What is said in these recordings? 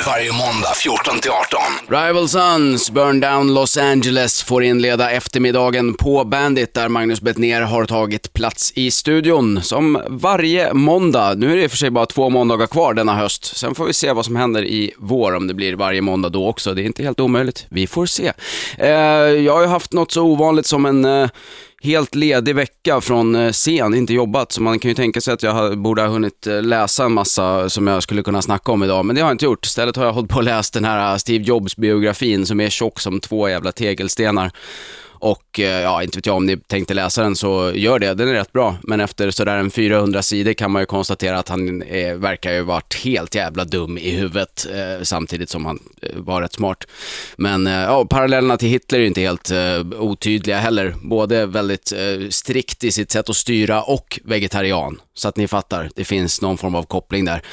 Varje måndag 14-18. Rival Sons, Burn Down Los Angeles får inleda eftermiddagen på Bandit där Magnus Bettner har tagit plats i studion som varje måndag. Nu är det för sig bara 2 måndagar kvar denna höst. Sen får vi se vad som händer i vår, om det blir varje måndag då också. Det är inte helt omöjligt. Vi får se. Jag har ju haft något så ovanligt som en helt ledig vecka från scen, inte jobbat, så man kan ju tänka sig att jag borde ha hunnit läsa en massa som jag skulle kunna snacka om idag, men det har jag inte gjort. Istället har jag hållit på att läsa den här Steve Jobs-biografin som är tjock som 2 jävla tegelstenar. Och ja, inte vet jag om ni tänkte läsa den, så gör det, den är rätt bra. Men efter sådär en 400 sidor kan man ju konstatera att han verkar ju varit helt jävla dum i huvudet, samtidigt som han var rätt smart. Men ja, parallellerna till Hitler är inte helt otydliga heller. Både väldigt strikt i sitt sätt att styra och vegetarian. Så att ni fattar, det finns någon form av koppling där.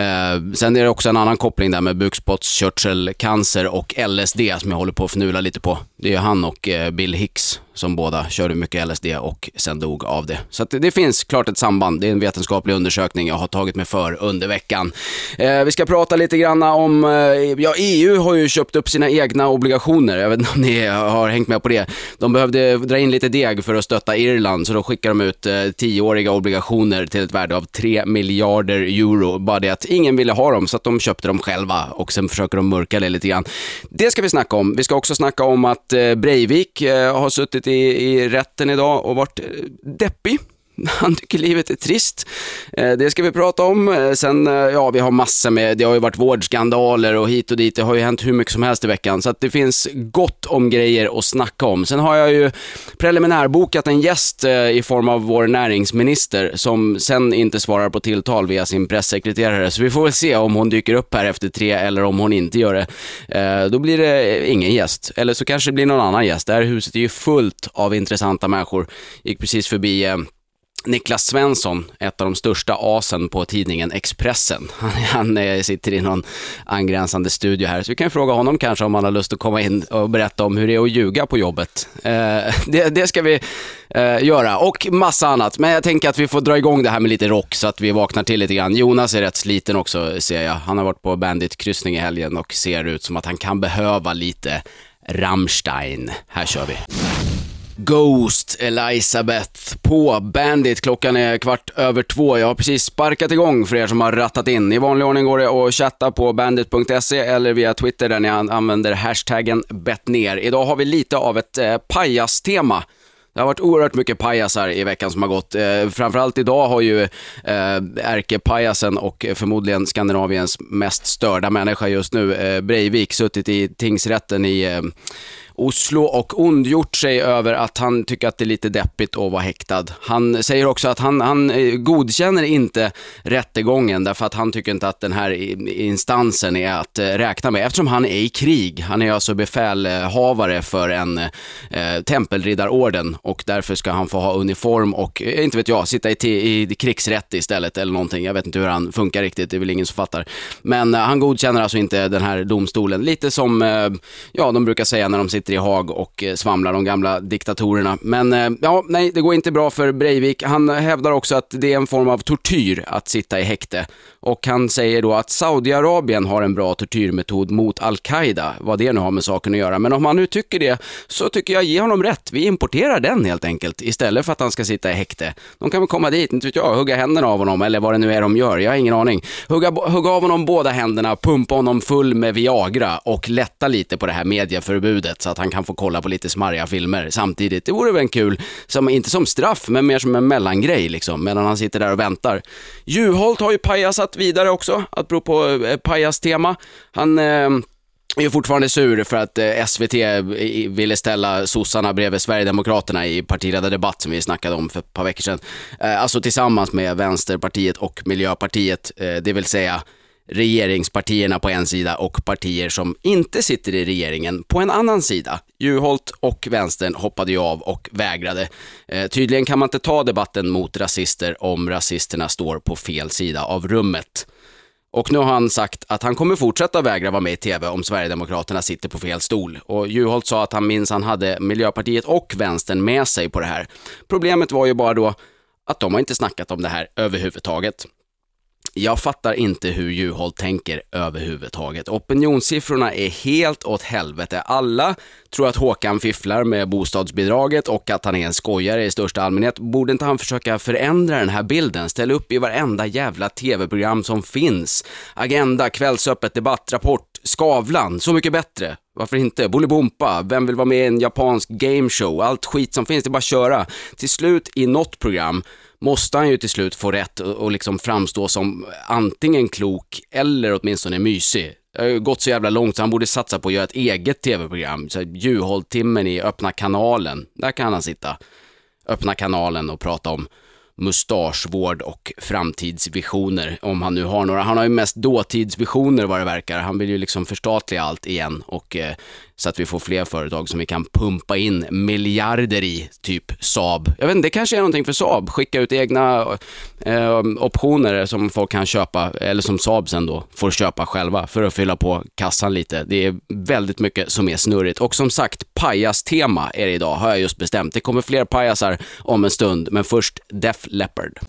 Sen är det också en annan koppling där med bukspottkörtelcancer och LSD som jag håller på att förnula lite på. Det är ju han och Bill Hicks som båda körde mycket LSD och sen dog av det. Så att det finns klart ett samband. Det är en vetenskaplig undersökning jag har tagit mig för under veckan. Vi ska prata lite grann om... Ja, EU har ju köpt upp sina egna obligationer. Jag vet inte om ni har hängt med på det. De behövde dra in lite deg för att stötta Irland, så då skickar de ut 10-åriga obligationer till ett värde av 3 miljarder euro. Bara det att ingen ville ha dem, så att de köpte dem själva och sen försöker de mörka det lite grann. Det ska vi snacka om. Vi ska också snacka om att Breivik har suttit i rätten idag och varit deppig. Han tycker livet är trist. Det ska vi prata om. Sen, ja, vi har massor med, det har ju varit vårdskandaler och hit och dit. Det har ju hänt hur mycket som helst i veckan. Så att det finns gott om grejer att snacka om. Sen har jag ju preliminärbokat en gäst i form av vår näringsminister som sen inte svarar på tilltal via sin pressekreterare. Så vi får väl se om hon dyker upp här efter 3 eller om hon inte gör det. Då blir det ingen gäst. Eller så kanske det blir någon annan gäst. Det här huset är ju fullt av intressanta människor. Gick precis förbi... Niklas Svensson, ett av de största asen på tidningen Expressen. Han sitter i någon angränsande studio här. Så vi kan fråga honom kanske om han har lust att komma in och berätta om hur det är att ljuga på jobbet. Det ska vi göra. Och massa annat. Men jag tänker att vi får dra igång det här med lite rock så att vi vaknar till lite grann. Jonas är rätt sliten också, ser jag. Han har varit på Bandit-kryssning i helgen och ser ut som att han kan behöva lite Rammstein. Här kör vi. Ghost Elisabeth på Bandit. Klockan är 2:15. Jag har precis sparkat igång för er som har rattat in. I vanlig ordning går det att chatta på bandit.se eller via Twitter där ni använder hashtaggen Bettner. Idag har vi lite av ett pajas-tema. Det har varit oerhört mycket pajasar i veckan som har gått. Framförallt idag har ju ärkepajasen och förmodligen Skandinaviens mest störda människa just nu, Breivik, suttit i tingsrätten i Oslo och ondgjort sig över att han tycker att det är lite deppigt att vara häktad. Han säger också att han godkänner inte rättegången därför att han tycker inte att den här instansen är att räkna med eftersom han är i krig. Han är alltså befälhavare för en tempelriddarorden och därför ska han få ha uniform och, inte vet jag, sitta i krigsrätt istället eller någonting. Jag vet inte hur han funkar riktigt, det är väl ingen som fattar. Men han godkänner alltså inte den här domstolen. Lite som, ja, de brukar säga när de sitter i Haag och svamlar de gamla diktatorerna. Men ja, nej, det går inte bra för Breivik. Han hävdar också att det är en form av tortyr att sitta i häkte. Och han säger då att Saudiarabien har en bra tortyrmetod mot Al-Qaida. Vad det nu har med saken att göra. Men om han nu tycker det, så tycker jag ge honom rätt. Vi importerar den helt enkelt istället för att han ska sitta i häkte. De kan väl komma dit, inte vet jag, hugga händerna av honom eller vad det nu är de gör. Jag har ingen aning. Hugga av honom båda händerna, pumpa honom full med Viagra och lätta lite på det här medieförbudet så att han kan få kolla på lite smarriga filmer samtidigt. Det vore väl en kul, inte som straff men mer som en mellangrej liksom, medan han sitter där och väntar. Juholt har ju pajasat vidare också, att bero på pajastema. Han är ju fortfarande sur för att SVT ville ställa sossarna bredvid Sverigedemokraterna i partiledardebatt som vi snackade om för ett par veckor sedan. Alltså tillsammans med Vänsterpartiet och Miljöpartiet, det vill säga regeringspartierna på en sida och partier som inte sitter i regeringen på en annan sida. Juholt och vänstern hoppade ju av och vägrade. Tydligen kan man inte ta debatten mot rasister om rasisterna står på fel sida av rummet. Och nu har han sagt att han kommer fortsätta vägra vara med i tv om Sverigedemokraterna sitter på fel stol. Och Juholt sa att han minns han hade Miljöpartiet och vänstern med sig på det här. Problemet var ju bara då att de har inte snackat om det här överhuvudtaget. Jag fattar inte hur Juholt tänker överhuvudtaget. Opinionssiffrorna är helt åt helvete. Alla tror att Håkan fifflar med bostadsbidraget och att han är en skojare i största allmänhet. Borde inte han försöka förändra den här bilden? Ställa upp i varenda jävla tv-program som finns. Agenda, Kvällsöppet, Debatt, Rapport, Skavlan. Så mycket bättre. Varför inte? Bolibompa, vem vill vara med i en japansk gameshow? Allt skit som finns, det är bara att köra. Till slut i något program måste han ju till slut få rätt och liksom framstå som antingen klok eller åtminstone mysig. Det har ju gått så jävla långt så han borde satsa på att göra ett eget tv-program. Så Juholt-timmen i Öppna kanalen. Där kan han sitta. Öppna kanalen och prata om mustaschvård och framtidsvisioner, om han nu har några. Han har ju mest dåtidsvisioner vad det verkar. Han vill ju liksom förstatliga allt igen och så att vi får fler företag som vi kan pumpa in miljarder i, typ Saab. Jag vet inte, det kanske är någonting för Saab. Skicka ut egna optioner som folk kan köpa, eller som Saab sen då får köpa själva för att fylla på kassan lite. Det är väldigt mycket som är snurrigt. Och som sagt, pajas-tema är det idag, har jag just bestämt. Det kommer fler pajasar om en stund, men först Def Leppard.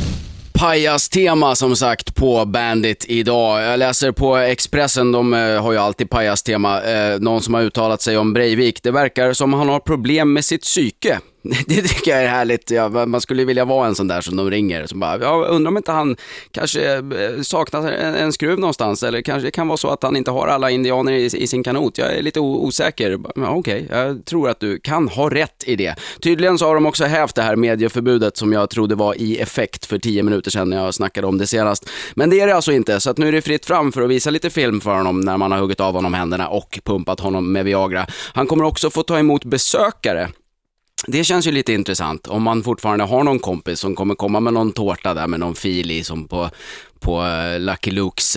Pajas-tema som sagt på Bandit idag. Jag läser på Expressen, de har ju alltid pajas-tema. Någon som har uttalat sig om Breivik. Det verkar som han har problem med sitt psyke. Det tycker jag är härligt. Ja, man skulle vilja vara en sån där som de ringer. Som bara, jag undrar om inte han kanske saknar en skruv någonstans. Eller kanske det kan vara så att han inte har alla indianer i sin kanot. Jag är lite osäker. Ja, okej, jag tror att du kan ha rätt i det. Tydligen så har de också hävt det här medieförbudet som jag trodde var i effekt för 10 minuter sedan när jag snackade om det senast. Men det är det alltså inte. Så att nu är det fritt fram för att visa lite film för honom när man har huggit av honom händerna och pumpat honom med Viagra. Han kommer också få ta emot besökare. Det känns ju lite intressant om man fortfarande har någon kompis som kommer komma med någon tårta där med någon fil i som på Lucky Lukes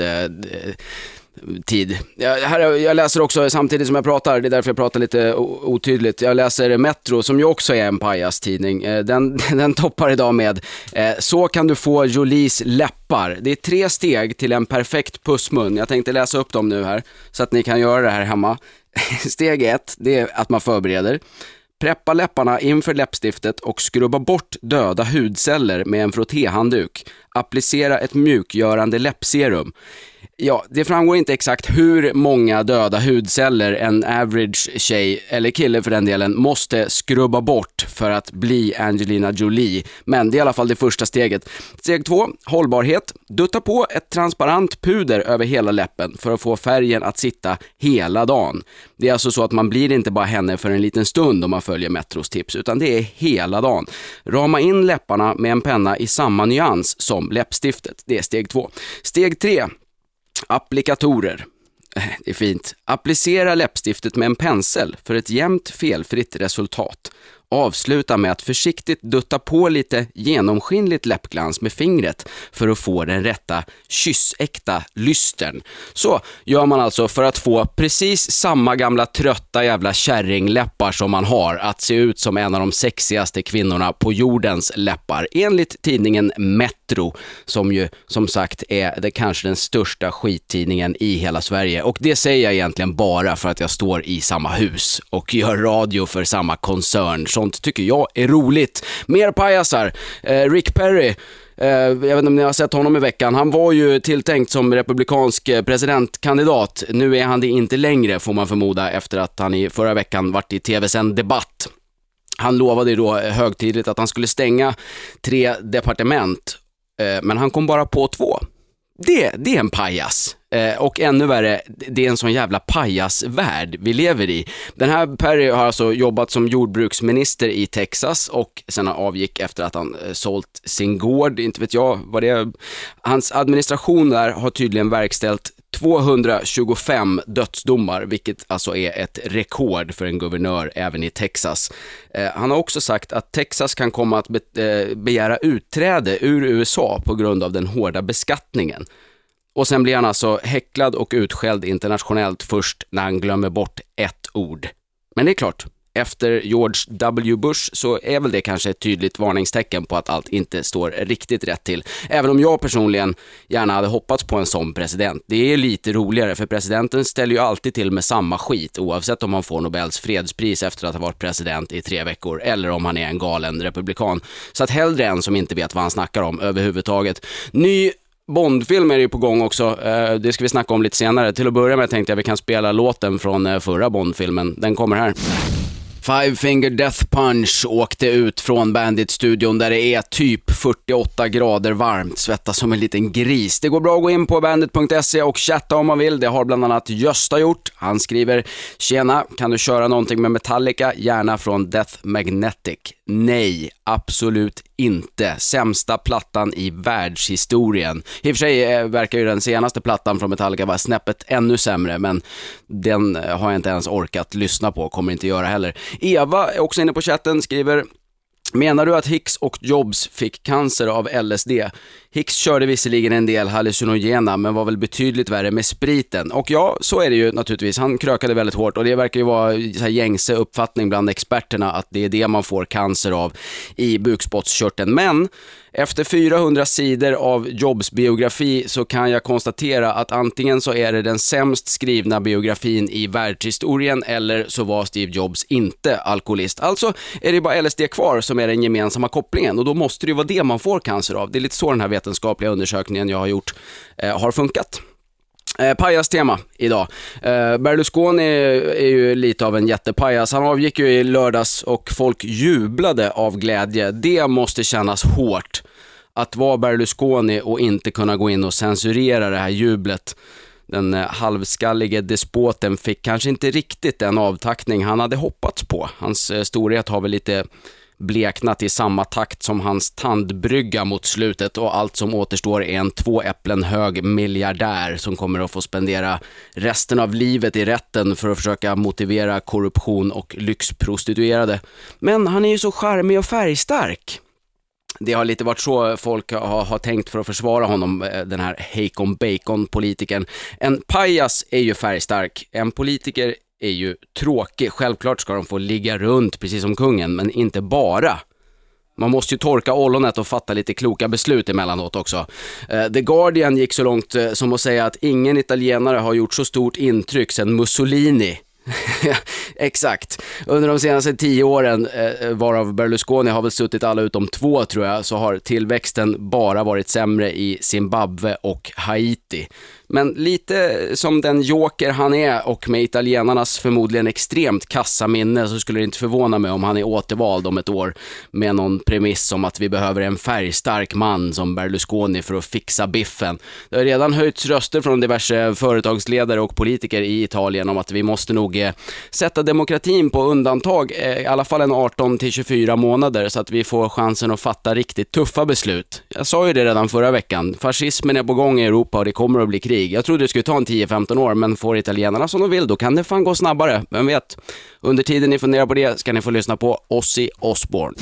tid. Jag läser också samtidigt som jag pratar, det är därför jag pratar lite otydligt. Jag läser Metro som ju också är en pajastidning. Den toppar idag med så kan du få Jolies läppar. Det är 3 steg till en perfekt pussmun. Jag tänkte läsa upp dem nu här så att ni kan göra det här hemma. Steg 1, det är att man förbereder. Preppa läpparna inför läppstiftet och skrubba bort döda hudceller med en frottéhandduk. Applicera ett mjukgörande läppserum. Ja, det framgår inte exakt hur många döda hudceller en average tjej, eller kille för den delen, måste skrubba bort för att bli Angelina Jolie. Men det är i alla fall det första steget. Steg 2, hållbarhet. Dutta på ett transparent puder över hela läppen för att få färgen att sitta hela dagen. Det är alltså så att man blir inte bara henne för en liten stund om man följer Metros tips, utan det är hela dagen. Rama in läpparna med en penna i samma nyans som läppstiftet. Det är steg 2. Steg 3. Applikatorer. Det är fint. Applicera läppstiftet med en pensel för ett jämnt felfritt resultat. Avsluta med att försiktigt dutta på lite genomskinligt läppglans med fingret för att få den rätta kyssäkta lystern. Så gör man alltså för att få precis samma gamla trötta jävla kärringläppar som man har, att se ut som en av de sexigaste kvinnorna på jordens läppar. Enligt tidningen Metro, som ju som sagt är det kanske den största skittidningen i hela Sverige. Och det säger jag egentligen bara för att jag står i samma hus och gör radio för samma koncern. Sånt tycker jag är roligt. Mer pajasar. Rick Perry. Jag vet inte om ni har sett honom i veckan. Han var ju tilltänkt som republikansk presidentkandidat. Nu är han det inte längre, får man förmoda, efter att han i förra veckan varit i tv-sänd debatt. Han lovade då högtidligt att han skulle stänga 3 departement. Men han kom bara på 2. Det är en pajas. Och ännu värre, det är en sån jävla pajasvärld vi lever i. Den här Perry har alltså jobbat som jordbruksminister i Texas och sen avgick efter att han sålt sin gård. Inte vet jag vad det är. Hans administration där har tydligen verkställt 225 dödsdomar, vilket alltså är ett rekord för en guvernör även i Texas. Han har också sagt att Texas kan komma att begära utträde ur USA på grund av den hårda beskattningen. Och sen blir han alltså häcklad och utskälld internationellt först när han glömmer bort ett ord. Men det är klart, efter George W. Bush så är väl det kanske ett tydligt varningstecken på att allt inte står riktigt rätt till. Även om jag personligen gärna hade hoppats på en sån president. Det är lite roligare för presidenten ställer ju alltid till med samma skit oavsett om han får Nobels fredspris efter att ha varit president i 3 veckor eller om han är en galen republikan. Så att hellre en som inte vet vad han snackar om överhuvudtaget. Ny Bondfilm är ju på gång också, det ska vi snacka om lite senare. Till att börja med tänkte jag att vi kan spela låten från förra Bondfilmen, den kommer här. Five Finger Death Punch åkte ut från Bandit-studion där det är typ 48 grader varmt, svettas som en liten gris. Det går bra att gå in på bandit.se och chatta om man vill, det har bland annat Gösta gjort. Han skriver: tjena, kan du köra någonting med Metallica, gärna från Death Magnetic? Nej, absolut inte. Sämsta plattan i världshistorien. I och för sig verkar ju den senaste plattan från Metallica vara snäppet ännu sämre, men den har jag inte ens orkat lyssna på, kommer inte göra heller. Eva är också inne på chatten, skriver: menar du att Hicks och Jobs fick cancer av LSD? Hicks körde visserligen en del hallucinogena, men var väl betydligt värre med spriten. Och ja, så är det ju naturligtvis. Han krökade väldigt hårt och det verkar ju vara så här gängse uppfattning bland experterna att det är det man får cancer av i bukspottkörteln. Men efter 400 sidor av Jobs biografi så kan jag konstatera att antingen så är det den sämst skrivna biografin i världshistorien eller så var Steve Jobs inte alkoholist. Alltså är det bara LSD kvar som är den gemensamma kopplingen och då måste det ju vara det man får cancer av. Det är lite så den här vetenskapliga undersökningen jag har gjort har funkat. Pajas tema idag. Berlusconi är ju lite av en jättepajas. Han avgick ju i lördags och folk jublade av glädje. Det måste kännas hårt att vara Berlusconi och inte kunna gå in och censurera det här jublet. Den halvskallige despoten fick kanske inte riktigt den avtackning han hade hoppats på. Hans storhet har väl lite bleknat i samma takt som hans tandbrygga mot slutet och allt som återstår är en 2 äpplen hög miljardär som kommer att få spendera resten av livet i rätten för att försöka motivera korruption och lyxprostituerade. Men han är ju så charmig och färgstark. Det har lite varit så folk har tänkt för att försvara honom, den här Hakon Bacon-politikern. En pajas är ju färgstark, en politiker är ju tråkig. Självklart ska de få ligga runt precis som kungen, men inte bara. Man måste ju torka ollonet och fatta lite kloka beslut emellanåt också. The Guardian gick så långt som att säga att ingen italienare har gjort så stort intryck sedan Mussolini. Exakt. Under de senaste 10 åren, varav Berlusconi har väl suttit alla utom 2 tror jag, så har tillväxten bara varit sämre i Zimbabwe och Haiti. Men lite som den joker han är och med italienarnas förmodligen extremt kassaminne så skulle det inte förvåna mig om han är återvald om ett år med någon premiss om att vi behöver en färgstark man som Berlusconi för att fixa biffen. Det har redan höjts röster från diverse företagsledare och politiker i Italien om att vi måste nog sätta demokratin på undantag i alla fall en 18-24 månader så att vi får chansen att fatta riktigt tuffa beslut. Jag sa ju det redan förra veckan. Fascismen är på gång i Europa och det kommer att bli krig. Jag trodde det skulle ta en 10-15 år, men får italienarna som de vill, då kan det fan gå snabbare. Vem vet? Under tiden ni funderar på det ska ni få lyssna på Ozzy Osbourne.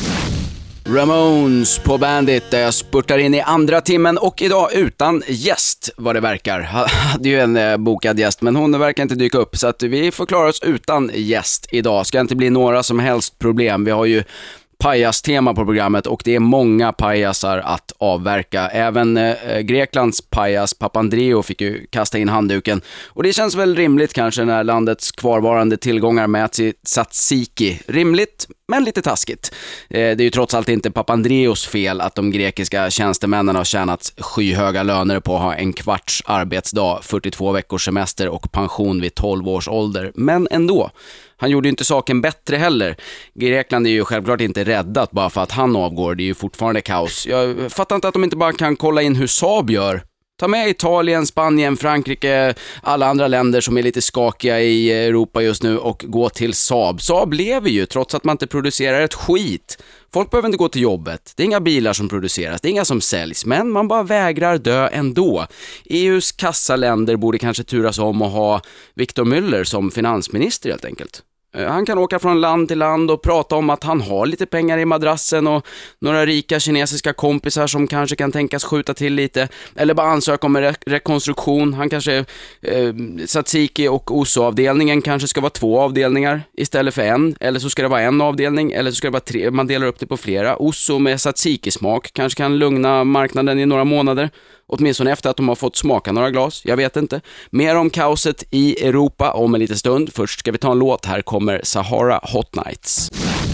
Ramones på Bandit där jag spurtar in i andra timmen och idag utan gäst vad det verkar. Hade ju en bokad gäst men hon verkar inte dyka upp så att vi får klara oss utan gäst idag. Ska inte bli några som helst problem. Vi har ju pajas-tema på programmet och det är många pajasar att avverka. Även Greklands pajas Papandreou fick ju kasta in handduken. Och det känns väl rimligt kanske när landets kvarvarande tillgångar mäts i tzatziki. Rimligt, men lite taskigt. Det är ju trots allt inte Papandreous fel att de grekiska tjänstemännen har tjänat skyhöga löner på att ha en kvarts arbetsdag, 42 veckors semester och pension vid 12 års ålder. Men ändå. Han gjorde ju inte saken bättre heller. Grekland är ju självklart inte räddat bara för att han avgår. Det är ju fortfarande kaos. Jag fattar inte att de inte bara kan kolla in hur Saab gör. Ta med Italien, Spanien, Frankrike, alla andra länder som är lite skakiga i Europa just nu och gå till Saab. Saab lever ju trots att man inte producerar ett skit. Folk behöver inte gå till jobbet. Det är inga bilar som produceras, det är inga som säljs, men man bara vägrar dö ändå. EUs kassaländer borde kanske turas om att ha Victor Müller som finansminister helt enkelt. Han kan åka från land till land och prata om att han har lite pengar i madrassen och några rika kinesiska kompisar som kanske kan tänkas skjuta till lite. Eller bara ansöka om en rekonstruktion. Han kanske, tzatziki och oso-avdelningen kanske ska vara 2 avdelningar istället för en. Eller så ska det vara en avdelning, eller så ska det vara 3. Man delar upp det på flera. Oso med tzatziki-smak kanske kan lugna marknaden i några månader. Åtminstone efter att de har fått smaka några glas, jag vet inte. Mer om kaoset i Europa om en liten stund. Först ska vi ta en låt, här kommer Sahara Hot Nights.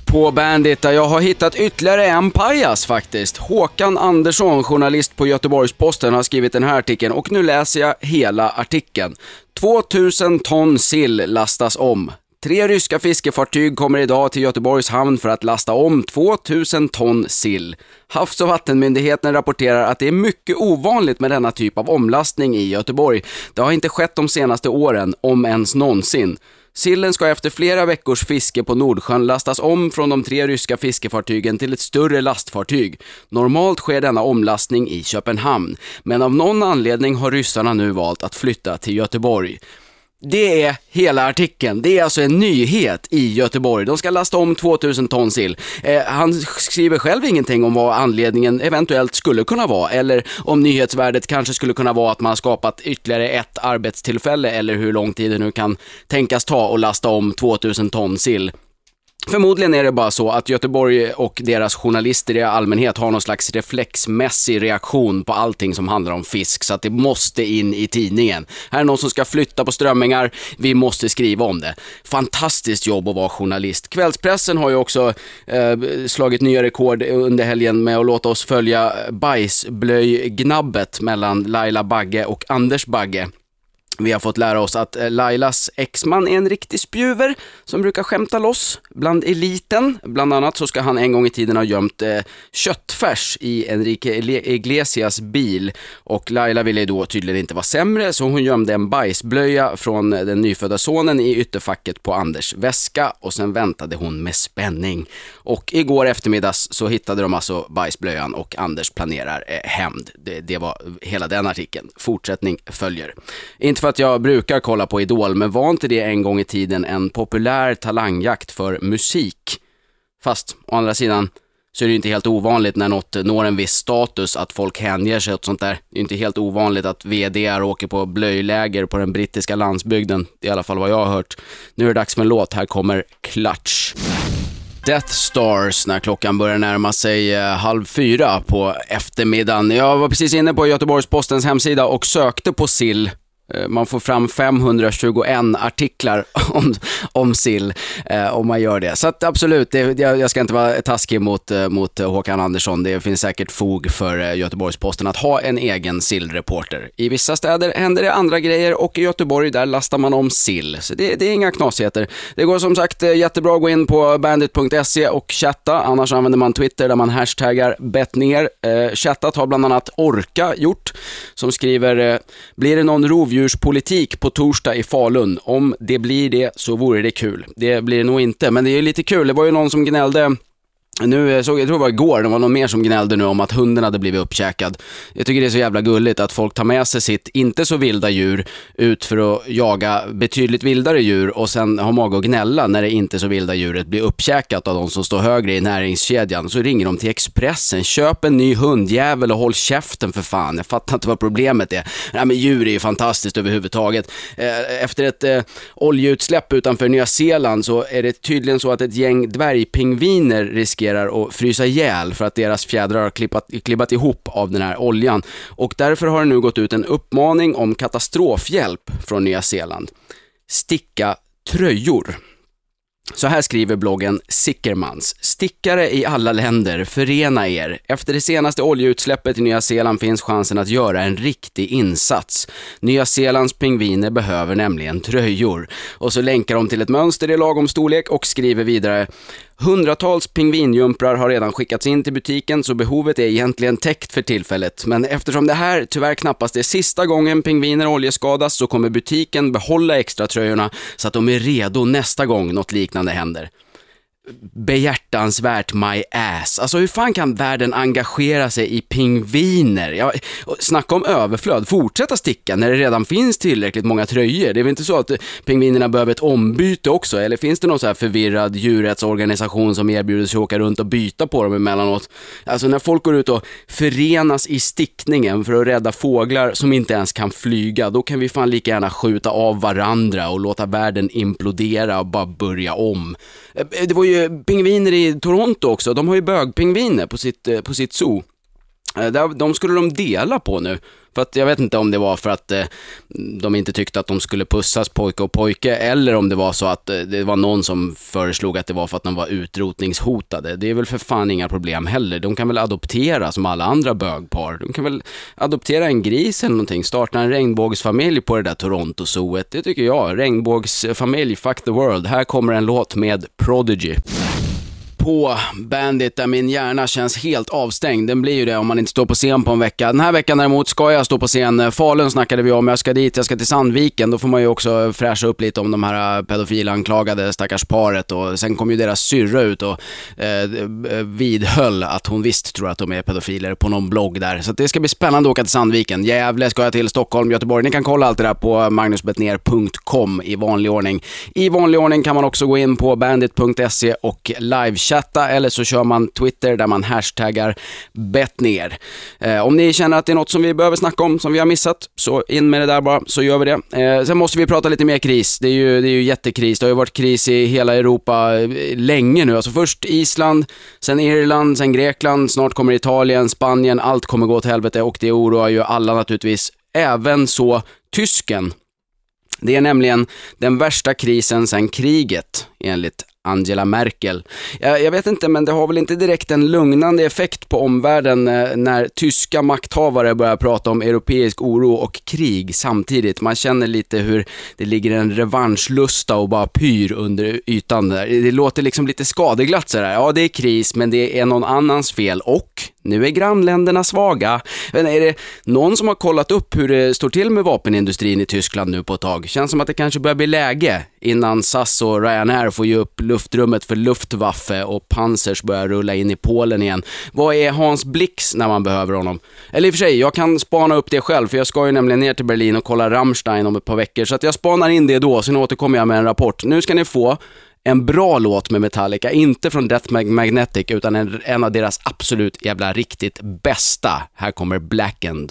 På Bandit, där jag har hittat ytterligare en pajas faktiskt. Håkan Andersson, journalist på Göteborgs-Posten, har skrivit den här artikeln och nu läser jag hela artikeln. 2000 ton sill lastas om. 3 ryska fiskefartyg kommer idag till Göteborgs hamn för att lasta om 2000 ton sill. Havs- och vattenmyndigheten rapporterar att det är mycket ovanligt med denna typ av omlastning i Göteborg. Det har inte skett de senaste åren, om ens någonsin. Sillen ska efter flera veckors fiske på Nordsjön lastas om från de 3 ryska fiskefartygen till ett större lastfartyg. Normalt sker denna omlastning i Köpenhamn, men av någon anledning har ryssarna nu valt att flytta till Göteborg. Det är hela artikeln. Det är alltså en nyhet i Göteborg. De ska lasta om 2000 ton sill. Han skriver själv ingenting om vad anledningen eventuellt skulle kunna vara, eller om nyhetsvärdet kanske skulle kunna vara att man har skapat ytterligare ett arbetstillfälle, eller hur lång tid det nu kan tänkas ta att lasta om 2000 ton sill. Förmodligen är det bara så att Göteborg och deras journalister i allmänhet har någon slags reflexmässig reaktion på allting som handlar om fisk, så att det måste in i tidningen. Här är någon som ska flytta på strömmingar, vi måste skriva om det. Fantastiskt jobb att vara journalist. Kvällspressen har ju också slagit nya rekord under helgen med att låta oss följa bajsblöjgnabbet mellan Laila Bagge och Anders Bagge. Vi har fått lära oss att Lailas exman är en riktig spjuver som brukar skämta loss bland eliten. Bland annat så ska han en gång i tiden ha gömt köttfärs i Enrique Iglesias bil. Och Laila ville då tydligen inte vara sämre, så hon gömde en bajsblöja från den nyfödda sonen i ytterfacket på Anders väska. Och sen väntade hon med spänning. Och igår eftermiddags så hittade de alltså bajsblöjan och Anders planerar hämnd. Det var hela den artikeln. Fortsättning följer. Inte för att jag brukar kolla på Idol, men var inte det en gång i tiden en populär talangjakt för musik? Fast å andra sidan så är det inte helt ovanligt när något når en viss status att folk hänger sig åt sånt där. Det är inte helt ovanligt att vd:ar åker på blöjläger på den brittiska landsbygden. Det är i alla fall vad jag har hört. Nu är det dags för en låt. Här kommer Clutch. Death Stars när klockan börjar närma sig 3:30 på eftermiddagen. Jag var precis inne på Göteborgs-Postens hemsida och sökte på sill. Man får fram 521 artiklar om sill om man gör det. Så att absolut, jag ska inte vara taskig mot Håkan Andersson. Det finns säkert fog för Göteborgs-Posten att ha en egen sillreporter. I vissa städer händer det andra grejer och i Göteborg där lastar man om sill. Så det är inga knasigheter. Det går som sagt jättebra att gå in på bandit.se och chatta. Annars använder man Twitter där man hashtaggar bettner. Chattat har bland annat Orka gjort, som skriver: blir det någon rovdjurspolitik på torsdag i Falun? Om det blir det så vore det kul. Det blir det nog inte, men det är lite kul. Det var ju någon som gnällde nu, jag tror det var igår, det var någon mer som gnällde nu om att hunden hade blivit uppkäkad. Jag tycker det är så jävla gulligt att folk tar med sig sitt inte så vilda djur ut för att jaga betydligt vildare djur och sen har mag att gnälla när det inte så vilda djuret blir uppkäkat av de som står högre i näringskedjan. Så ringer de till Expressen: köp en ny hundjävel och håll käften för fan. Jag fattar inte vad problemet är. Nej, men djur är ju fantastiskt överhuvudtaget. Efter ett oljeutsläpp utanför Nya Zeeland så är det tydligen så att ett gäng dvärgpingviner riskerar att frysa ihjäl för att deras fjädrar har klibbat ihop av den här oljan. Och därför har det nu gått ut en uppmaning om katastrofhjälp från Nya Zeeland. Sticka tröjor. Så här skriver bloggen Sickermans: stickare i alla länder, förena er. Efter det senaste oljeutsläppet i Nya Zeeland finns chansen att göra en riktig insats. Nya Zeelands pingviner behöver nämligen tröjor. Och så länkar de till ett mönster i lagom storlek och skriver vidare: hundratals pingvinjumprar har redan skickats in till butiken, så behovet är egentligen täckt för tillfället. Men eftersom det här tyvärr knappast är sista gången pingviner oljeskadas så kommer butiken behålla extra tröjorna så att de är redo nästa gång något liknande händer. Behjärtansvärt my ass. Alltså hur fan kan världen engagera sig i pingviner? Snacka om överflöd. Fortsätta sticka när det redan finns tillräckligt många tröjor. Det är väl inte så att pingvinerna behöver ett ombyte också? Eller finns det någon så här förvirrad djurrättsorganisation som erbjuder sig att åka runt och byta på dem emellanåt? Alltså när folk går ut och förenas i stickningen för att rädda fåglar som inte ens kan flyga, då kan vi fan lika gärna skjuta av varandra och låta världen implodera och bara börja om. Det var ju pingviner i Toronto också. De har ju bögpingviner på sitt zoo. De skulle de dela på nu. För att jag vet inte om det var för att de inte tyckte att de skulle pussas pojke och pojke, eller om det var så att det var någon som föreslog att det var för att de var utrotningshotade. Det är väl för fan inga problem heller. De kan väl adoptera som alla andra bögpar. De kan väl adoptera en gris eller någonting. Starta en regnbågsfamilj på det där Toronto-zooet. Det tycker jag. Regnbågsfamilj, fuck the world. Här kommer en låt med Prodigy. På Bandit där min hjärna känns helt avstängd. Den blir ju det om man inte står på scen på en vecka. Den här veckan däremot ska jag stå på scen. Falun snackade vi om. Jag ska dit, jag ska till Sandviken. Då får man ju också fräscha upp lite om de här pedofilanklagade stackars paret. Och sen kom ju deras syrra ut och vidhöll att hon visst tror att de är pedofiler på någon blogg där. Så det ska bli spännande att åka till Sandviken. Gävle ska jag till, Stockholm, Göteborg. Ni kan kolla allt det där på magnusbetner.com i vanlig ordning. I vanlig ordning kan man också gå in på bandit.se och livechatta, eller så kör man Twitter där man hashtaggar Betner. Om ni känner att det är något som vi behöver snacka om, som vi har missat, så in med det där bara, så gör vi det. Sen måste vi prata lite mer kris. Det är ju jättekris. Det har ju varit kris i hela Europa länge nu. Alltså först Island, sen Irland, sen Grekland, snart kommer Italien, Spanien, allt kommer gå åt helvete och det oroar ju alla naturligtvis. Även så tysken. Det är nämligen den värsta krisen sedan kriget, enligt Angela Merkel. Jag vet inte, men det har väl inte direkt en lugnande effekt på omvärlden när tyska makthavare börjar prata om europeisk oro och krig samtidigt. Man känner lite hur det ligger en revanschlusta och bara pyr under ytan där. Det låter liksom lite skadeglatt så där. Ja, det är kris, men det är någon annans fel och nu är grannländerna svaga. Men är det någon som har kollat upp hur det står till med vapenindustrin i Tyskland nu på ett tag? Känns som att det kanske börjar bli läge innan SAS och Ryanair får ge upp luftrummet för Luftwaffe och Panzers börjar rulla in i Polen igen. Vad är Hans Blix när man behöver honom? Eller i och för sig, jag kan spana upp det själv, för jag ska ju nämligen ner till Berlin och kolla Rammstein om ett par veckor, så att jag spanar in det då, sen återkommer jag med en rapport. Nu ska ni få en bra låt med Metallica, inte från Death Magnetic utan en av deras absolut jävla riktigt bästa. Här kommer Blackened.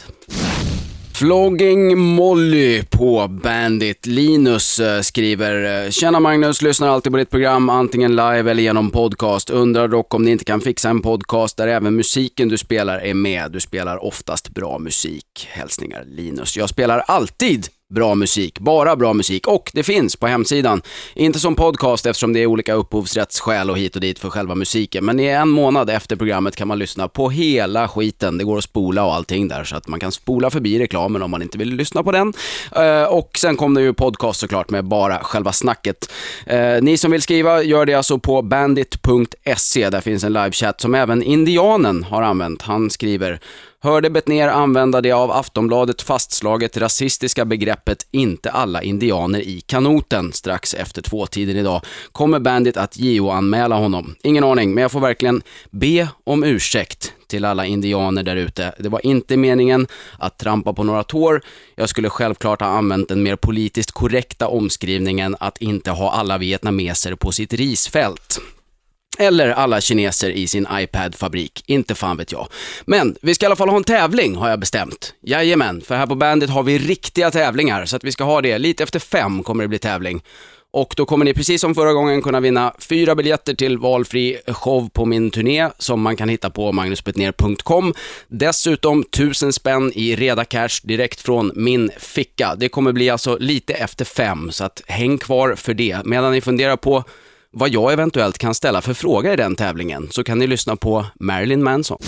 Flogging Molly på Bandit. Linus skriver: Tjena Magnus, lyssnar alltid på ditt program, antingen live eller genom podcast. Undrar dock om ni inte kan fixa en podcast där även musiken du spelar är med. Du spelar oftast bra musik. Hälsningar Linus. Jag spelar alltid bra musik, bara bra musik, och det finns på hemsidan. Inte som podcast eftersom det är olika upphovsrättsskäl och hit och dit för själva musiken, men i en månad efter programmet kan man lyssna på hela skiten. Det går att spola och allting där, så att man kan spola förbi reklamen om man inte vill lyssna på den. Och sen kommer det ju podcast såklart med bara själva snacket. Ni som vill skriva, gör det alltså på bandit.se. Där finns en livechatt som även Indianen har använt. Han skriver: Hörde Betner använda det av Aftonbladet fastslaget rasistiska begreppet inte alla indianer i kanoten strax efter 2-tiden idag. Kommer Bandit att JO-anmäla honom? Ingen aning, men jag får verkligen be om ursäkt till alla indianer där ute. Det var inte meningen att trampa på några tår. Jag skulle självklart ha använt den mer politiskt korrekta omskrivningen att inte ha alla vietnameser på sitt risfält. Eller alla kineser i sin iPad-fabrik. Inte fan vet jag. Men vi ska i alla fall ha en tävling, har jag bestämt. Jajamän, för här på Bandit har vi riktiga tävlingar. Så att vi ska ha det. Lite efter 5 kommer det bli tävling. Och då kommer ni precis som förra gången kunna vinna 4 biljetter till valfri show på min turné som man kan hitta på magnusbetner.com. Dessutom 1000 spänn i reda cash direkt från min ficka. Det kommer bli alltså lite efter 5, så att häng kvar för det. Medan ni funderar på vad jag eventuellt kan ställa för fråga i den tävlingen, så kan ni lyssna på Marilyn Manson.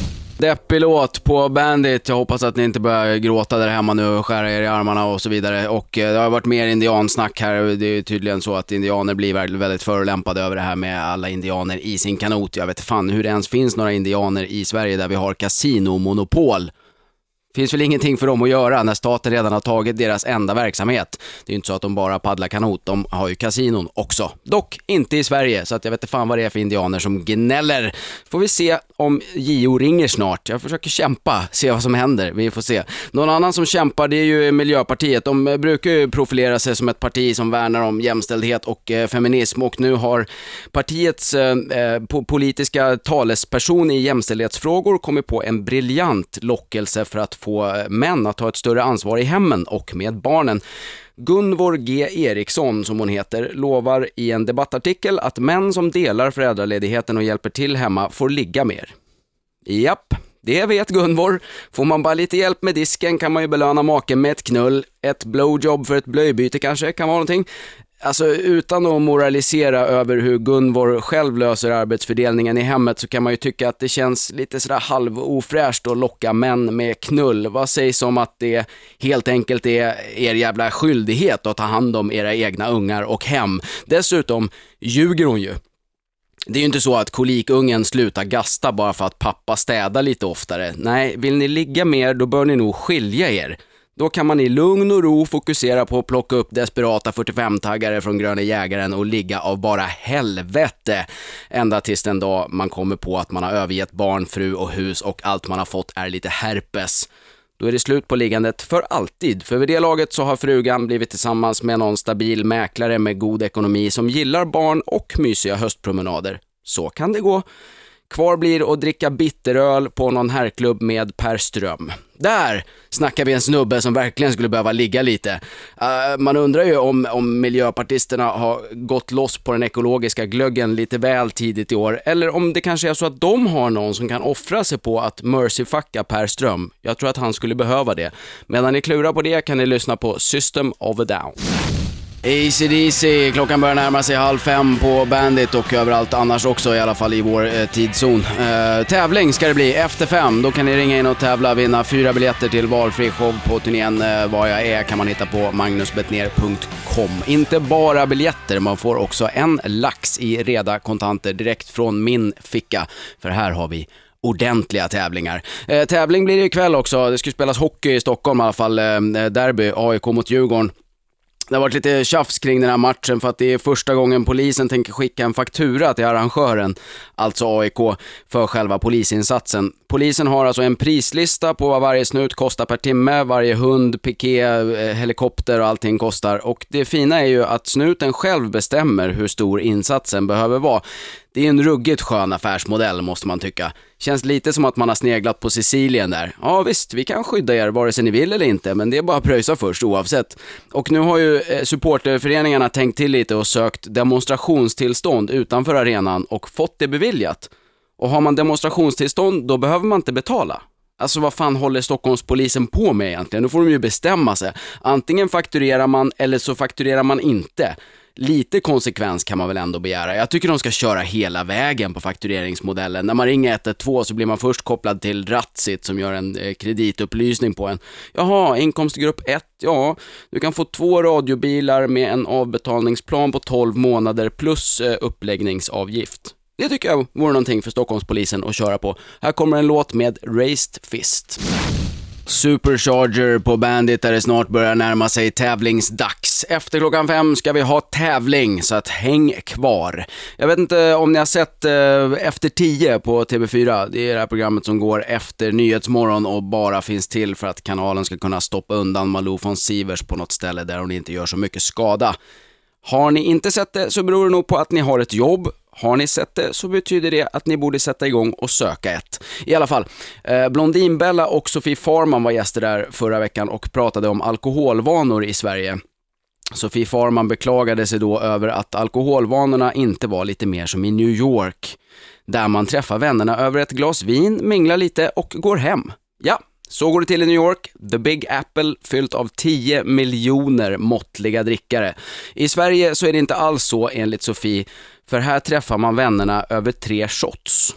Deppig låt på Bandit. Jag hoppas att ni inte börjar gråta där hemma nu och skära er i armarna och så vidare. Och det har varit mer indiansnack här. Det är tydligen så att indianer blir väldigt förolämpade över det här med alla indianer i sin kanot. Jag vet fan hur det ens finns några indianer i Sverige där vi har kasinomonopol. Finns väl ingenting för dem att göra när staten redan har tagit deras enda verksamhet. Det är ju inte så att de bara paddlar kanot, de har ju kasinon också. Dock inte i Sverige, så att jag vet inte fan vad det är för indianer som gnäller. Får vi se om JO ringer snart. Jag försöker kämpa, se vad som händer. Vi får se. Någon annan som kämpar, det är ju Miljöpartiet. De brukar ju profilera sig som ett parti som värnar om jämställdhet och feminism. Och nu har partiets politiska talesperson i jämställdhetsfrågor kommit på en briljant lockelse för att få män att ta ett större ansvar i hemmen och med barnen. Gunvor G. Eriksson, som hon heter, lovar i en debattartikel att män som delar föräldraledigheten och hjälper till hemma får ligga mer. Japp, det vet Gunvor. Får man bara lite hjälp med disken kan man ju belöna maken med ett knull. Ett blowjob för ett blöjbyte kanske kan vara någonting. Alltså utan att moralisera över hur Gunvor själv löser arbetsfördelningen i hemmet så kan man ju tycka att det känns lite sådär halvofräscht att locka män med knull. Vad sägs om att det helt enkelt är er jävla skyldighet att ta hand om era egna ungar och hem? Dessutom ljuger hon ju. Det är ju inte så att kolikungen slutar gasta bara för att pappa städar lite oftare. Nej, vill ni ligga mer då bör ni nog skilja er. Då kan man i lugn och ro fokusera på att plocka upp desperata 45-taggare från Gröna jägaren och ligga av bara helvete. Ända tills den dag man kommer på att man har övergett barn, fru och hus och allt man har fått är lite herpes. Då är det slut på liggandet för alltid. För vid det laget så har frugan blivit tillsammans med någon stabil mäklare med god ekonomi som gillar barn och mysiga höstpromenader. Så kan det gå. Kvar blir att dricka bitteröl på någon herrklubb med Per Ström. Där snackar vi en snubbe som verkligen skulle behöva ligga lite. Man undrar ju om miljöpartisterna har gått loss på den ekologiska glöggen lite väl tidigt i år. Eller om det kanske är så att de har någon som kan offra sig på att mercyfucka Per Ström. Jag tror att han skulle behöva det. Medan ni klurar på det kan ni lyssna på System of a Down. AC/DC, klockan börjar närma sig 4:30 på Bandit och överallt annars också, i alla fall i vår tidszon. Tävling ska det bli efter 5, då kan ni ringa in och tävla, vinna 4 biljetter till valfri show på turnén Var jag är kan man hitta på magnusbetner.com. Inte bara biljetter, man får också en lax i reda kontanter direkt från min ficka, för här har vi ordentliga tävlingar. Tävling blir det ikväll också, det ska spelas hockey i Stockholm i alla fall, derby, AIK mot Djurgården. Det har varit lite tjafs kring den här matchen för att det är första gången polisen tänker skicka en faktura till arrangören, alltså AIK, för själva polisinsatsen. Polisen har alltså en prislista på vad varje snut kostar per timme, varje hund, piké, helikopter och allting kostar. Och det fina är ju att snuten själv bestämmer hur stor insatsen behöver vara. Det är en ruggigt skön affärsmodell måste man tycka. Känns lite som att man har sneglat på Sicilien där. Ja visst, vi kan skydda er vare sig ni vill eller inte, men det är bara att pröjsa först oavsett. Och nu har ju supporterföreningarna tänkt till lite och sökt demonstrationstillstånd utanför arenan och fått det beviljat. Och har man demonstrationstillstånd då behöver man inte betala. Alltså vad fan håller Stockholmspolisen på med egentligen? Då får de ju bestämma sig. Antingen fakturerar man eller så fakturerar man inte. Lite konsekvens kan man väl ändå begära. Jag tycker de ska köra hela vägen på faktureringsmodellen. När man ringer 112 så blir man först kopplad till Ratsit som gör en kreditupplysning på en. Jaha, inkomstgrupp 1, ja. Du kan få 2 radiobilar med en avbetalningsplan på 12 månader plus uppläggningsavgift. Det tycker jag vore någonting för Stockholmspolisen att köra på. Här kommer en låt med Raised Fist. Supercharger på Bandit där det snart börjar närma sig tävlingsdags. Efter klockan 5 ska vi ha tävling, så att häng kvar. Jag vet inte om ni har sett Efter 10 på TV4. Det är det här programmet som går efter Nyhetsmorgon och bara finns till för att kanalen ska kunna stoppa undan Malou von Sivers på något ställe där hon inte gör så mycket skada. Har ni inte sett det så beror det nog på att ni har ett jobb. Har ni sett det så betyder det att ni borde sätta igång och söka ett. I alla fall, Blondinbella och Sofie Farman var gäster där förra veckan och pratade om alkoholvanor i Sverige. Sofie Farman beklagade sig då över att alkoholvanorna inte var lite mer som i New York. Där man träffar vännerna över ett glas vin, minglar lite och går hem. Ja, så går det till i New York. The Big Apple fyllt av 10 miljoner måttliga drickare. I Sverige så är det inte alls så enligt Sofie. För här träffar man vännerna över 3 shots.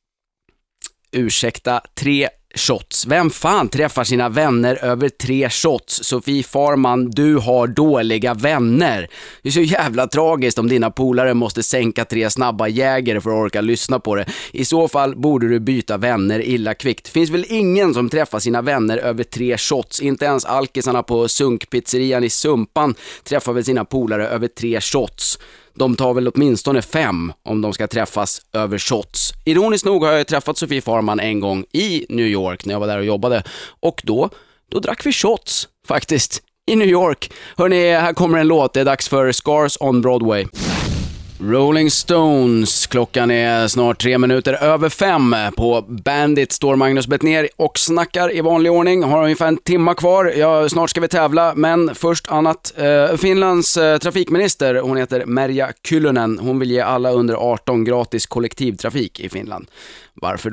Ursäkta, 3 shots. Vem fan träffar sina vänner över 3 shots? Sofie Farman, du har dåliga vänner. Det är så jävla tragiskt om dina polare måste sänka 3 snabba jägare för att orka lyssna på det. I så fall borde du byta vänner illa kvickt. Det finns väl ingen som träffar sina vänner över 3 shots. Inte ens alkisarna på Sunkpizzerian i Sumpan träffar väl sina polare över 3 shots. De tar väl åtminstone 5 om de ska träffas över shots. Ironiskt nog har jag träffat Sofie Farman en gång i New York när jag var där och jobbade. Och då drack vi shots faktiskt i New York. Hörrni, här kommer en låt. Det är dags för Scars on Broadway. Rolling Stones, klockan är snart 3 minuter över 5. På Bandit står Magnus Betnér och snackar i vanlig ordning. Har ungefär en timma kvar. Ja, snart ska vi tävla, men först annat. Finlands trafikminister, hon heter Merja Kyllönen. Hon vill ge alla under 18 gratis kollektivtrafik i Finland. Varför då?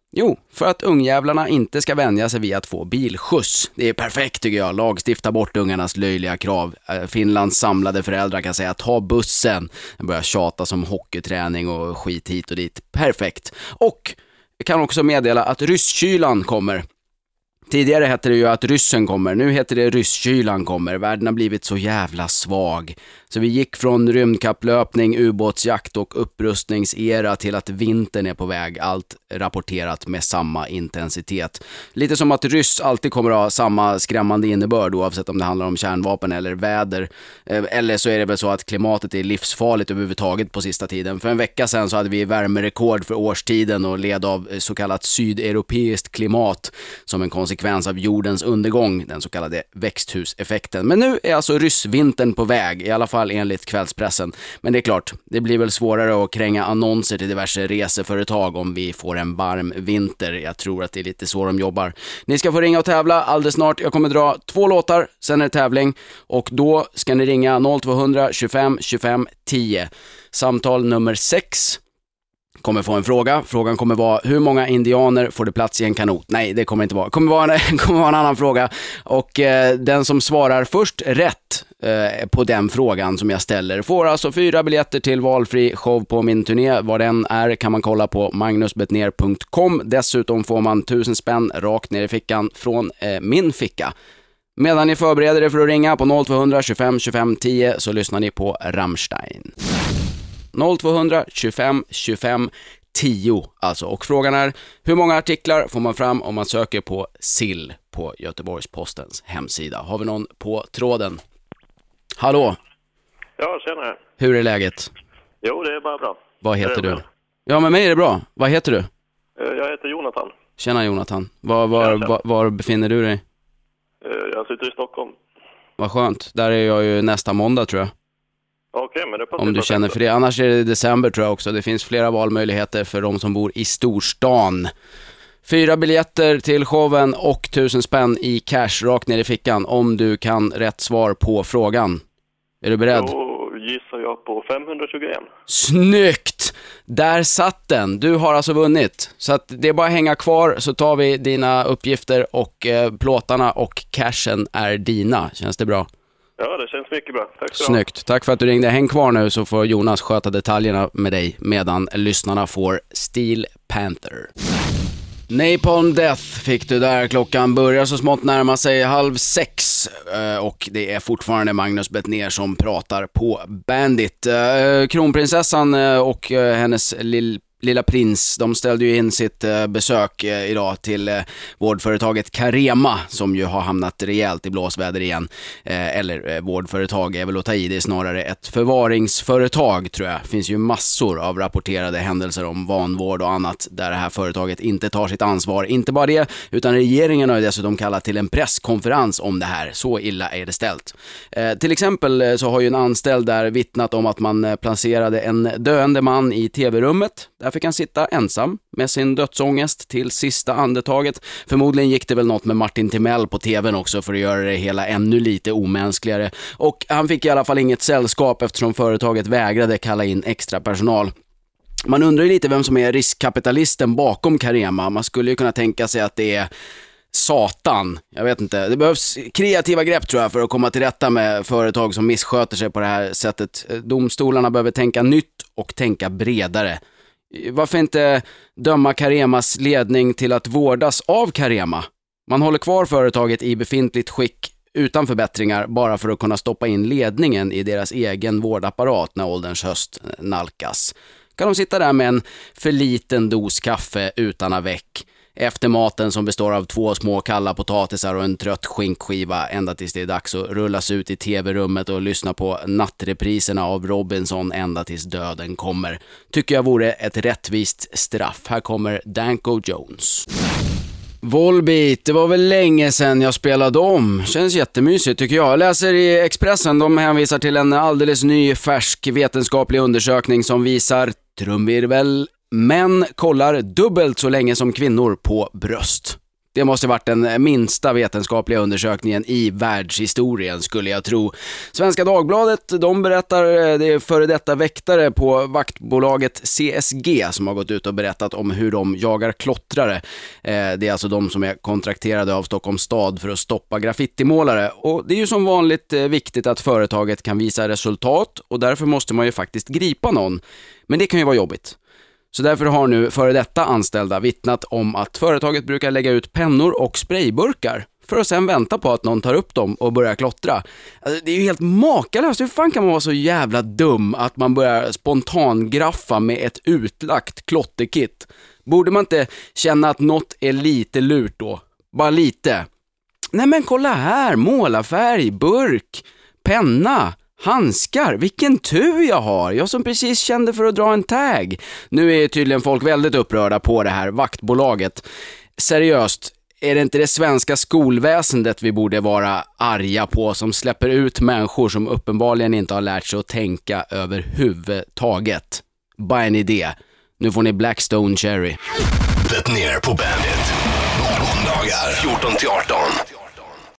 Jo, för att ungjävlarna inte ska vänja sig vid att få bilskjuts. Det är perfekt tycker jag, lagstifta bort ungarnas löjliga krav. Finlands samlade föräldrar kan säga ta bussen. Den börjar tjata som hockeyträning och skit hit och dit. Perfekt. Och jag kan också meddela att rysskylan kommer. Tidigare hette det ju att ryssen kommer, nu heter det rysskylan kommer. Världen har blivit så jävla svag. Så vi gick från rymdkapplöpning, ubåtsjakt och upprustningsera till att vintern är på väg. Allt rapporterat med samma intensitet. Lite som att ryss alltid kommer att ha samma skrämmande innebörd oavsett om det handlar om kärnvapen eller väder. Eller så är det väl så att klimatet är livsfarligt överhuvudtaget på sista tiden. För en vecka sedan så hade vi värmerekord för årstiden och led av så kallat sydeuropeiskt klimat som en konsekvens av jordens undergång, den så kallade växthuseffekten. Men nu är alltså ryssvintern på väg, i alla fall enligt kvällspressen. Men det är klart, det blir väl svårare att kränga annonser till diverse reseföretag om vi får en varm vinter. Jag tror att det är lite så de jobbar. Ni ska få ringa och tävla alldeles snart. Jag kommer dra 2 låtar, sen är det tävling. Och då ska ni ringa 0200 25 25 10. Samtal nummer 6. Kommer få en fråga. Frågan kommer vara hur många indianer får det plats i en kanot? Nej, det kommer inte vara. Kommer vara en annan fråga. Och den som svarar först rätt på den frågan som jag ställer får alltså 4 biljetter till valfri show på min turné. Vad den är kan man kolla på magnusbetner.com. Dessutom får man 1000 spänn rakt ner i fickan från min ficka. Medan ni förbereder er för att ringa på 0200 25 25 10 så lyssnar ni på Rammstein. 0200 25 25 10 alltså. Och frågan är hur många artiklar får man fram om man söker på sill på Göteborgs-Postens hemsida. Har vi någon på tråden? Hallå? Ja, tjena. Hur är läget? Jo, det är bara bra. Vad heter du? Ja, med mig är det bra. Vad heter du? Jag heter Jonathan. Tjena Jonathan. Var befinner du dig? Jag sitter i Stockholm. Vad skönt. Där är jag ju nästa måndag tror jag. Okej, men det passar. Om du känner för det. Annars är det december tror jag också. Det finns flera valmöjligheter för de som bor i storstan. 4 biljetter till showen och 1000 spänn i cash rakt ner i fickan om du kan rätt svar på frågan. Är du beredd? Då gissar jag på 521. Snyggt! Där satt den. Du har alltså vunnit. Så att det är bara att hänga kvar så tar vi dina uppgifter och plåtarna och cashen är dina. Känns det bra? Ja, det känns mycket bra. Tack så mycket. Snyggt. Tack för att du ringde. Häng kvar nu så får Jonas sköta detaljerna med dig medan lyssnarna får Steel Panther. Napalm Death fick du där. Klockan börjar så smått närma sig 5:30 och det är fortfarande Magnus Betner som pratar på Bandit. Kronprinsessan och hennes lilla prins, de ställde ju in sitt besök idag till vårdföretaget Carema som ju har hamnat rejält i blåsväder igen. Eller vårdföretag är väl att ta i, det är snarare ett förvaringsföretag tror jag. Det finns ju massor av rapporterade händelser om vanvård och annat där det här företaget inte tar sitt ansvar. Inte bara det, utan regeringen har ju dessutom kallat till en presskonferens om det här. Så illa är det ställt. Till exempel så har ju en anställd där vittnat om att man placerade en döende man i tv-rummet. Där fick han sitta ensam med sin dödsångest till sista andetaget. Förmodligen gick det väl något med Martin Timell på tvn också för att göra det hela ännu lite omänskligare. Och han fick i alla fall inget sällskap eftersom företaget vägrade kalla in extra personal. Man undrar ju lite vem som är riskkapitalisten bakom Carema. Man skulle ju kunna tänka sig att det är Satan. Jag vet inte. Det behövs kreativa grepp tror jag för att komma till rätta med företag som missköter sig på det här sättet. Domstolarna behöver tänka nytt och tänka bredare. Varför inte döma Caremas ledning till att vårdas av Carema? Man håller kvar företaget i befintligt skick utan förbättringar bara för att kunna stoppa in ledningen i deras egen vårdapparat när ålderns höst nalkas. Kan de sitta där med en för liten dos kaffe utan avec efter maten som består av 2 små kalla potatisar och en trött skinkskiva ända tills det är dags att rullas ut i tv-rummet och lyssna på nattrepriserna av Robinson ända tills döden kommer. Tycker jag vore ett rättvist straff. Här kommer Danko Jones. Volbeat, det var väl länge sedan jag spelade om. Känns jättemysigt tycker jag. Jag läser i Expressen, de hänvisar till en alldeles ny färsk vetenskaplig undersökning som visar trumvirvel. Män kollar dubbelt så länge som kvinnor på bröst. Det måste varit den minsta vetenskapliga undersökningen i världshistorien, skulle jag tro. Svenska Dagbladet, de berättar, det är före detta väktare på vaktbolaget CSG som har gått ut och berättat om hur de jagar klottrare. Det är alltså de som är kontrakterade av Stockholms stad för att stoppa graffitimålare. Och det är ju som vanligt viktigt att företaget kan visa resultat, och därför måste man ju faktiskt gripa någon. Men det kan ju vara jobbigt. Så därför har nu före detta anställda vittnat om att företaget brukar lägga ut pennor och sprayburkar för att sen vänta på att någon tar upp dem och börjar klottra. Alltså, det är ju helt makalöst. Hur fan kan man vara så jävla dum att man börjar spontangraffa med ett utlagt klotterkit? Borde man inte känna att något är lite lurt då? Bara lite. Nej men kolla här, målarfärg, burk, penna, handskar, vilken tur jag har. Jag som precis kände för att dra en tag. Nu är tydligen folk väldigt upprörda på det här vaktbolaget. Seriöst, är det inte det svenska skolväsendet vi borde vara arga på, som släpper ut människor som uppenbarligen inte har lärt sig att tänka överhuvudtaget? Bara en idé. Nu får ni Blackstone Cherry. Det ner på Bandit. Måndagar 14-18.